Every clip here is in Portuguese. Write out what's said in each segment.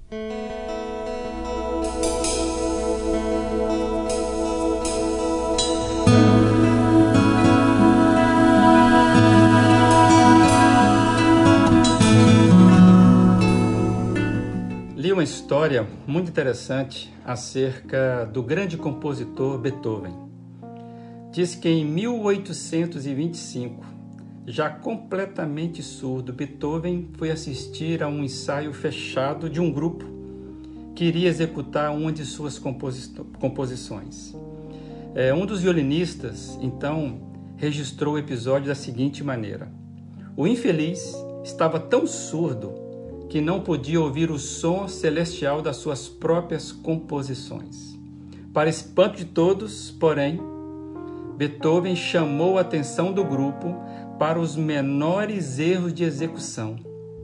Li uma história muito interessante acerca do grande compositor Beethoven. Diz que em 1825, já completamente surdo, Beethoven foi assistir a um ensaio fechado de um grupo que iria executar uma de suas composições. Um dos violinistas, então, registrou o episódio da seguinte maneira: o infeliz estava tão surdo que não podia ouvir o som celestial das suas próprias composições. Para espanto de todos, porém, Beethoven chamou a atenção do grupo para os menores erros de execução.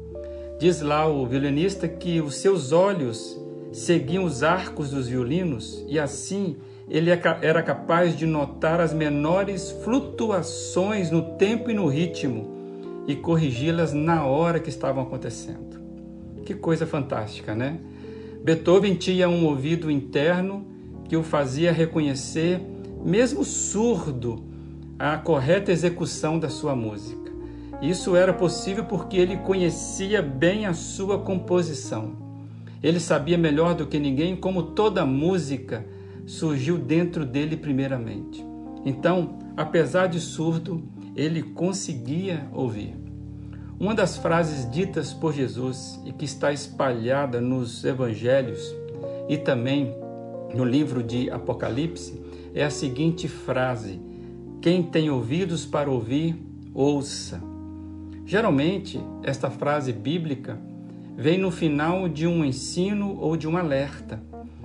Diz lá o violinista que os seus olhos seguiam os arcos dos violinos e assim ele era capaz de notar as menores flutuações no tempo e no ritmo e corrigi-las na hora que estavam acontecendo. Que coisa fantástica, né? Beethoven tinha um ouvido interno que o fazia reconhecer, mesmo surdo, a correta execução da sua música. Isso era possível porque ele conhecia bem a sua composição. Ele sabia melhor do que ninguém como toda música surgiu dentro dele primeiramente. Então, apesar de surdo, ele conseguia ouvir. Uma das frases ditas por Jesus e que está espalhada nos evangelhos e também no livro de Apocalipse é a seguinte frase: quem tem ouvidos para ouvir, ouça. Geralmente, esta frase bíblica vem no final de um ensino ou de um alerta,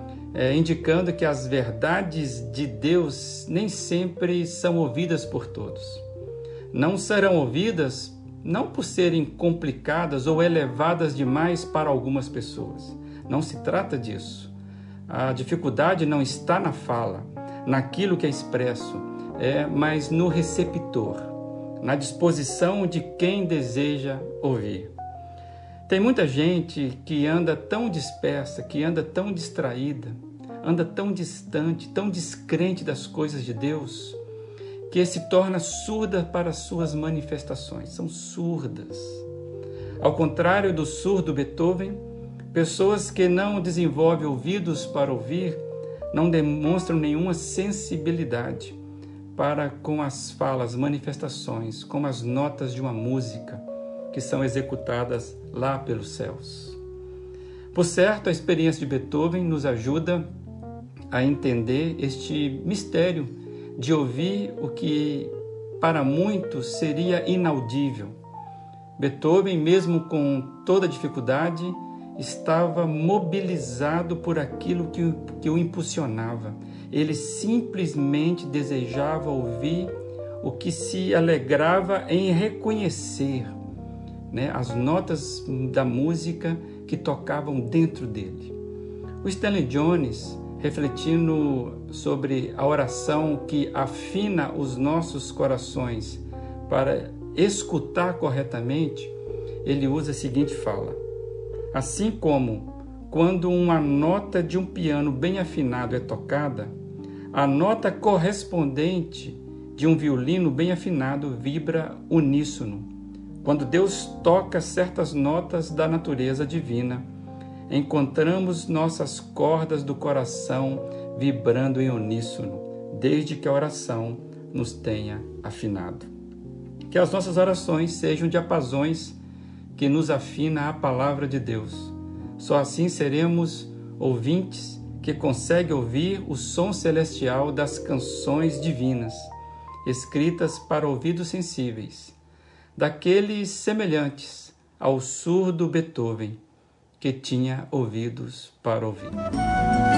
indicando que as verdades de Deus nem sempre são ouvidas por todos. Não serão ouvidas não por serem complicadas ou elevadas demais para algumas pessoas. Não se trata disso. A dificuldade não está na fala, naquilo que é expresso, mas no receptor, na disposição de quem deseja ouvir. Tem muita gente que anda tão dispersa, que anda tão distraída, anda tão distante, tão descrente das coisas de Deus, que se torna surda para as suas manifestações. São surdas. Ao contrário do surdo Beethoven, pessoas que não desenvolvem ouvidos para ouvir não demonstram nenhuma sensibilidade para com as falas, manifestações, como as notas de uma música que são executadas lá pelos céus. Por certo, a experiência de Beethoven nos ajuda a entender este mistério de ouvir o que para muitos seria inaudível. Beethoven, mesmo com toda a dificuldade, estava mobilizado por aquilo que o impulsionava. Ele simplesmente desejava ouvir o que se alegrava em reconhecer, as notas da música que tocavam dentro dele. O Stanley Jones, refletindo sobre a oração que afina os nossos corações para escutar corretamente, ele usa a seguinte fala: assim como quando uma nota de um piano bem afinado é tocada, a nota correspondente de um violino bem afinado vibra uníssono. Quando Deus toca certas notas da natureza divina, encontramos nossas cordas do coração vibrando em uníssono, desde que a oração nos tenha afinado. Que as nossas orações sejam diapasões que nos afina a palavra de Deus. Só assim seremos ouvintes que conseguem ouvir o som celestial das canções divinas, escritas para ouvidos sensíveis, daqueles semelhantes ao surdo Beethoven, que tinha ouvidos para ouvir.